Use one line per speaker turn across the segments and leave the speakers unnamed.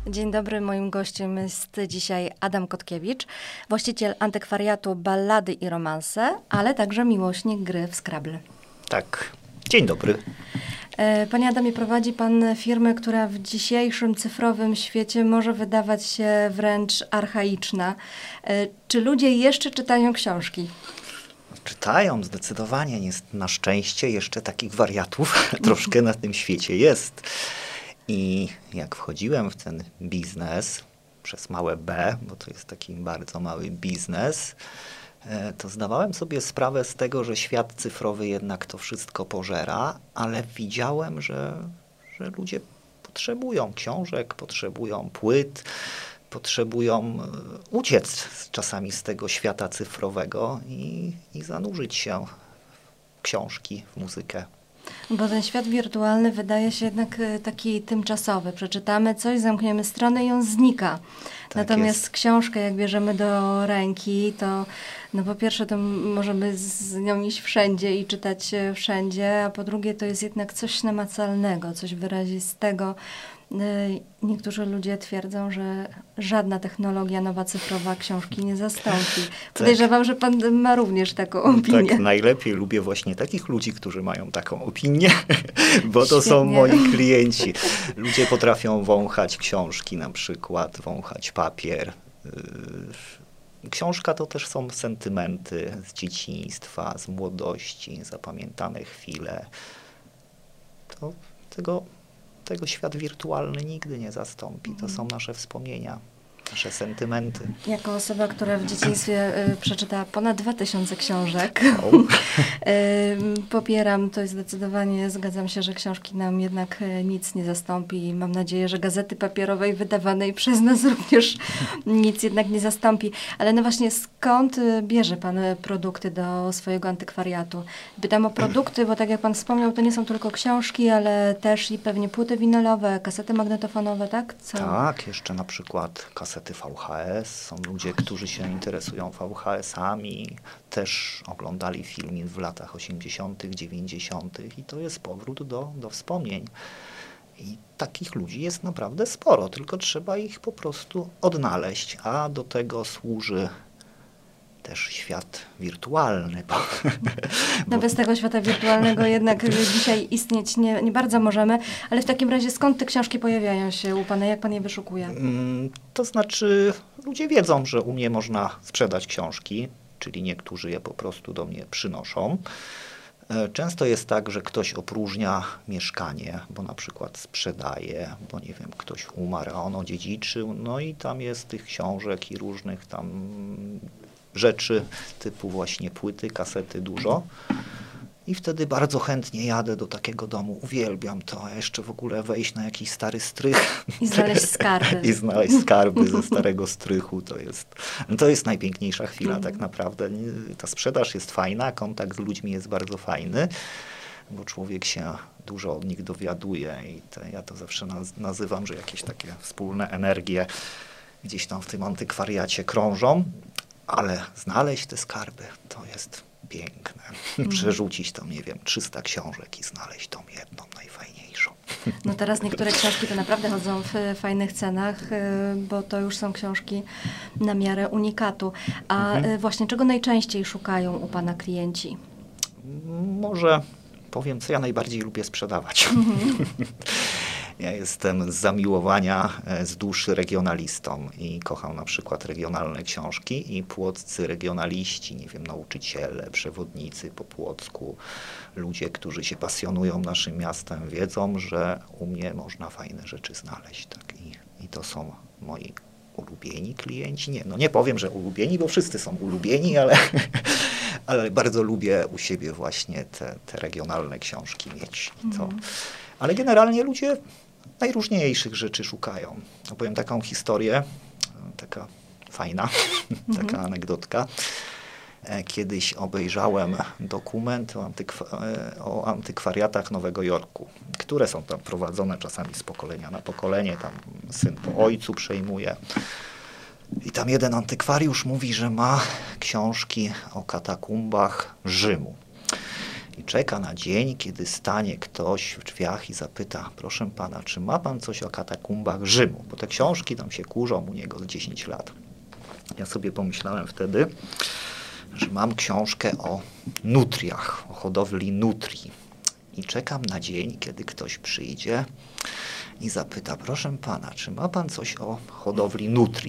Dzień dobry, moim gościem jest dzisiaj Adam Kotkiewicz, właściciel antykwariatu Ballady i Romanse, ale także miłośnik gry w Scrabble.
Tak, dzień dobry.
Panie Adamie, prowadzi pan firmę, która w dzisiejszym cyfrowym świecie może wydawać się wręcz archaiczna. Czy ludzie jeszcze czytają książki?
Czytają zdecydowanie. Jest na szczęście jeszcze takich wariatów troszkę na tym świecie jest. I jak wchodziłem w ten biznes przez małe B, bo to jest taki bardzo mały biznes, to zdawałem sobie sprawę z tego, że świat cyfrowy jednak to wszystko pożera, ale widziałem, że ludzie potrzebują książek, potrzebują płyt, potrzebują uciec czasami z tego świata cyfrowego i zanurzyć się w książki, w muzykę.
Bo ten świat wirtualny wydaje się jednak taki tymczasowy. Przeczytamy coś, zamkniemy stronę i on znika. Tak. Natomiast jest. Książkę, jak bierzemy do ręki, to no po pierwsze to możemy z nią iść wszędzie i czytać wszędzie, a po drugie to jest jednak coś namacalnego, coś wyrazistego. Niektórzy ludzie twierdzą, że żadna technologia nowa cyfrowa książki nie zastąpi. Podejrzewam, że pan ma również taką opinię.
Tak, najlepiej lubię właśnie takich ludzi, którzy mają taką opinię, bo to są moi klienci. Ludzie potrafią wąchać książki na przykład, wąchać papier. Książka to też są sentymenty z dzieciństwa, z młodości, zapamiętane chwile. To tego świat wirtualny nigdy nie zastąpi. To są nasze wspomnienia, nasze sentymenty.
Jako osoba, która w dzieciństwie przeczytała ponad 2000 książek, popieram to i zdecydowanie zgadzam się, że książki nam jednak nic nie zastąpi i mam nadzieję, że gazety papierowej wydawanej przez nas również nic jednak nie zastąpi. Ale no właśnie, skąd bierze pan produkty do swojego antykwariatu? Pytam o produkty, bo tak jak pan wspomniał, to nie są tylko książki, ale też i pewnie płyty winylowe, kasety magnetofonowe, tak?
Tak, jeszcze na przykład kasety VHS. Są ludzie, którzy się interesują VHS-ami, też oglądali film w latach 80., 90. i to jest powrót do wspomnień. I takich ludzi jest naprawdę sporo, tylko trzeba ich po prostu odnaleźć, a do tego służy też świat wirtualny.
No bez tego świata wirtualnego jednak dzisiaj istnieć nie bardzo możemy, ale w takim razie skąd te książki pojawiają się u pana? Jak pan je wyszukuje?
To znaczy ludzie wiedzą, że u mnie można sprzedać książki, czyli niektórzy je po prostu do mnie przynoszą. Często jest tak, że ktoś opróżnia mieszkanie, bo na przykład sprzedaje, bo nie wiem, ktoś umarł, a on odziedziczył, no i tam jest tych książek i różnych tam rzeczy typu właśnie płyty, kasety dużo. I wtedy bardzo chętnie jadę do takiego domu. Uwielbiam to, a jeszcze w ogóle wejść na jakiś stary strych.
I znaleźć skarby.
I znaleźć skarby ze starego strychu. To jest najpiękniejsza chwila tak naprawdę. Ta sprzedaż jest fajna, kontakt z ludźmi jest bardzo fajny, bo człowiek się dużo od nich dowiaduje i ja to zawsze nazywam, że jakieś takie wspólne energie gdzieś tam w tym antykwariacie krążą. Ale znaleźć te skarby to jest piękne. Przerzucić tam, nie wiem, 300 książek i znaleźć tą jedną najfajniejszą.
No teraz niektóre książki to naprawdę chodzą w fajnych cenach, bo to już są książki na miarę unikatu. A właśnie czego najczęściej szukają u pana klienci?
Może powiem, co ja najbardziej lubię sprzedawać. Ja jestem z zamiłowania, z duszy regionalistą i kocham na przykład regionalne książki i płoccy regionaliści, nie wiem, nauczyciele, przewodnicy po Płocku, ludzie, którzy się pasjonują naszym miastem, wiedzą, że u mnie można fajne rzeczy znaleźć. Tak? I to są moi ulubieni klienci. Nie powiem, że ulubieni, bo wszyscy są ulubieni, ale bardzo lubię u siebie właśnie te regionalne książki mieć. Ale generalnie ludzie najróżniejszych rzeczy szukają. Opowiem taką historię, taka fajna, taka anegdotka. Kiedyś obejrzałem dokument o antykwariatach Nowego Jorku, które są tam prowadzone czasami z pokolenia na pokolenie, tam syn po ojcu przejmuje. I tam jeden antykwariusz mówi, że ma książki o katakumbach Rzymu. i czeka na dzień, kiedy stanie ktoś w drzwiach i zapyta, proszę pana, czy ma pan coś o katakumbach Rzymu? Bo te książki tam się kurzą u niego z 10 lat. Ja sobie pomyślałem wtedy, że mam książkę o nutriach, o hodowli nutrii. I czekam na dzień, kiedy ktoś przyjdzie i zapyta, proszę pana, czy ma pan coś o hodowli nutrii?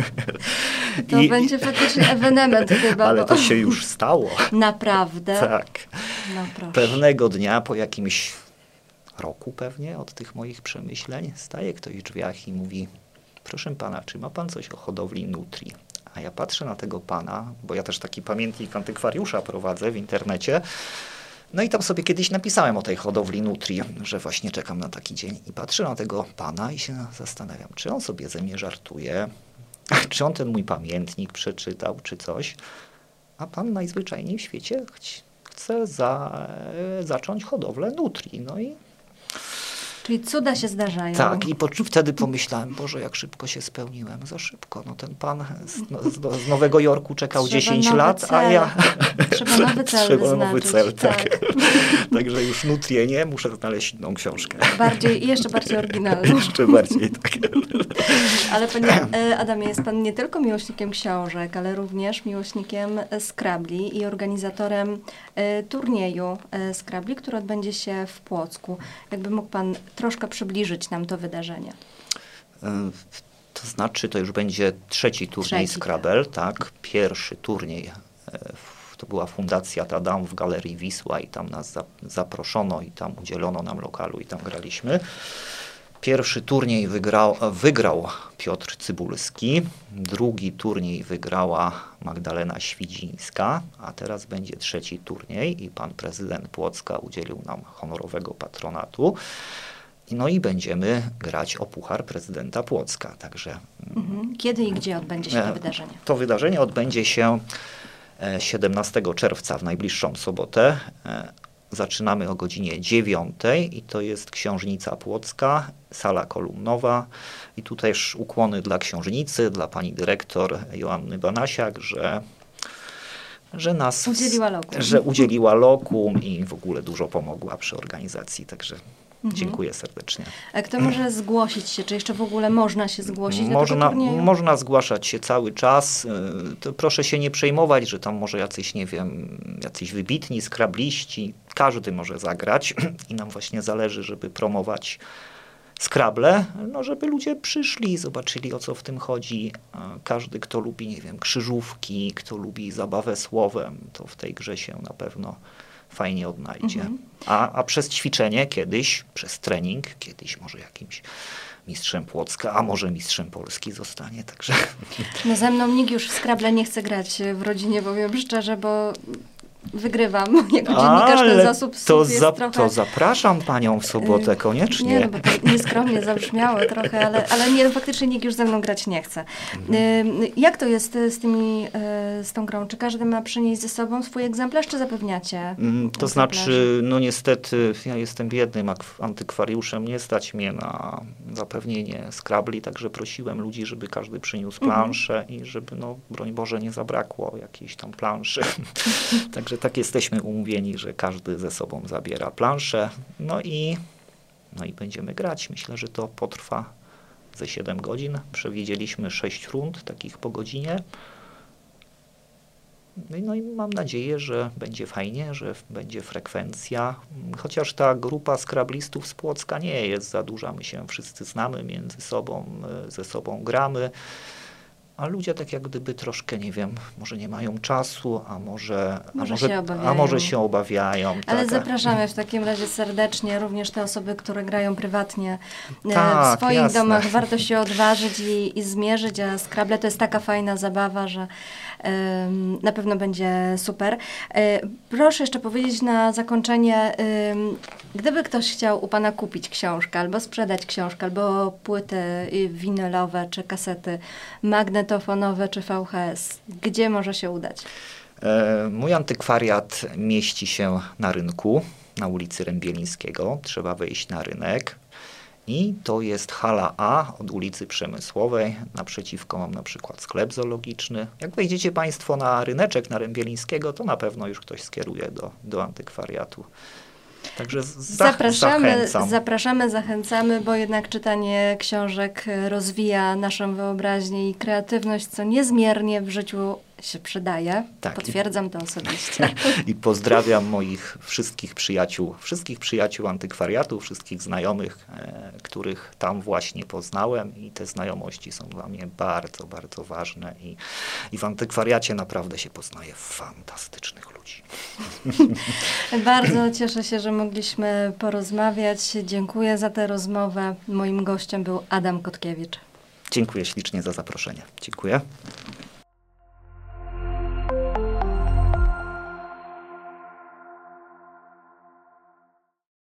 To będzie faktycznie ewenement chyba.
Ale to się już stało.
Naprawdę?
Tak.
No proszę.
Pewnego dnia, po jakimś roku pewnie od tych moich przemyśleń, staje ktoś w drzwiach i mówi, proszę pana, czy ma pan coś o hodowli nutrii? A ja patrzę na tego pana, bo ja też taki pamiętnik antykwariusza prowadzę w internecie. No i tam sobie kiedyś napisałem o tej hodowli nutrii, że właśnie czekam na taki dzień. I patrzę na tego pana i się zastanawiam, czy on sobie ze mnie żartuje, czy on ten mój pamiętnik przeczytał, czy coś. A pan najzwyczajniej w świecie chce zacząć hodowlę nutrii. No i
Czyli cuda się zdarzają.
tak, i wtedy pomyślałem, Boże, jak szybko się spełniłem, za szybko. No ten pan z Nowego Jorku czekał 10 lat,
cel.
a ja...
Trzeba nowy cel
Trzeba nowy cel,
tak.
Także już nutrię nie, muszę znaleźć inną książkę.
Jeszcze bardziej oryginalną.
Jeszcze bardziej, tak.
Ale panie Adamie, jest pan nie tylko miłośnikiem książek, ale również miłośnikiem Scrabli i organizatorem turnieju Scrabli, który odbędzie się w Płocku. Jakby mógł pan troszkę przybliżyć nam to wydarzenie.
To znaczy, to już będzie trzeci turniej Scrabble, tak. Pierwszy turniej to była Fundacja Tadam w Galerii Wisła i tam nas zaproszono i tam udzielono nam lokalu i tam graliśmy. Pierwszy turniej wygrał Piotr Cybulski, drugi turniej wygrała Magdalena Świdzińska, a teraz będzie trzeci turniej i pan prezydent Płocka udzielił nam honorowego patronatu. No i będziemy grać o Puchar Prezydenta Płocka. Także,
Kiedy i gdzie odbędzie się to wydarzenie?
To wydarzenie odbędzie się 17 czerwca, w najbliższą sobotę. Zaczynamy o godzinie 9 i to jest Książnica Płocka, sala kolumnowa. I tu też ukłony dla książnicy, dla pani dyrektor Joanny Banasiak, że nas udzieliła lokum i w ogóle dużo pomogła przy organizacji. Także dziękuję serdecznie.
A kto może zgłosić się? Czy jeszcze w ogóle można się zgłosić do tego turnieju?
Można zgłaszać się cały czas. To proszę się nie przejmować, że tam może jacyś, nie wiem, jacyś wybitni skrabliści. Każdy może zagrać i nam właśnie zależy, żeby promować Scrabble, no żeby ludzie przyszli, zobaczyli, o co w tym chodzi. Każdy, kto lubi, nie wiem, krzyżówki, kto lubi zabawę słowem, to w tej grze się na pewno fajnie odnajdzie. A przez ćwiczenie kiedyś, przez trening, kiedyś może jakimś mistrzem Płocka, a może mistrzem Polski zostanie, także...
No ze mną nikt już w Scrabble nie chce grać w rodzinie, powiem szczerze, bo wygrywam. Jako dziennikarz ten zasób słów jest trochę...
To zapraszam panią w sobotę koniecznie.
Nie, no bo to nieskromnie zabrzmiało trochę, ale nie, faktycznie nikt już ze mną grać nie chce. Jak to jest z tą grą? Czy każdy ma przynieść ze sobą swój egzemplarz, czy zapewniacie?
To znaczy, no niestety, ja jestem biednym antykwariuszem, nie stać mnie na zapewnienie Scrabli, także prosiłem ludzi, żeby każdy przyniósł planszę i żeby, no broń Boże, nie zabrakło jakiejś tam planszy. Także tak jesteśmy umówieni, że każdy ze sobą zabiera planszę, no i będziemy grać. Myślę, że to potrwa ze 7 godzin. Przewidzieliśmy 6 rund, takich po godzinie. No i mam nadzieję, że będzie fajnie, że będzie frekwencja. Chociaż ta grupa skrablistów z Płocka nie jest za duża. My się wszyscy znamy między sobą, ze sobą gramy. A ludzie tak jak gdyby troszkę, nie wiem, może nie mają czasu, a może się obawiają.
Ale tak, zapraszamy w takim razie serdecznie również te osoby, które grają prywatnie w swoich domach. Warto się odważyć i zmierzyć, a Scrabble to jest taka fajna zabawa, że na pewno będzie super. Proszę jeszcze powiedzieć na zakończenie, gdyby ktoś chciał u pana kupić książkę, albo sprzedać książkę, albo płyty winylowe, czy kasety magnetofonowe, czy VHS, gdzie może się udać?
Mój antykwariat mieści się na rynku, na ulicy Rębielińskiego. Trzeba wejść na rynek I to jest hala A od ulicy Przemysłowej. Naprzeciwko mam na przykład sklep zoologiczny. Jak wejdziecie Państwo na ryneczek na Rębielińskiego, to na pewno już ktoś skieruje do antykwariatu. Także
zapraszamy, zachęcamy, bo jednak czytanie książek rozwija naszą wyobraźnię i kreatywność, co niezmiernie w życiu się przydaje. Tak, potwierdzam to osobiście.
I pozdrawiam moich wszystkich przyjaciół antykwariatu, wszystkich znajomych, których tam właśnie poznałem i te znajomości są dla mnie bardzo, bardzo ważne i w antykwariacie naprawdę się poznaje fantastycznych ludzi.
Bardzo cieszę się, że mogliśmy porozmawiać. Dziękuję za tę rozmowę. Moim gościem był Adam Kotkiewicz.
Dziękuję ślicznie za zaproszenie. Dziękuję.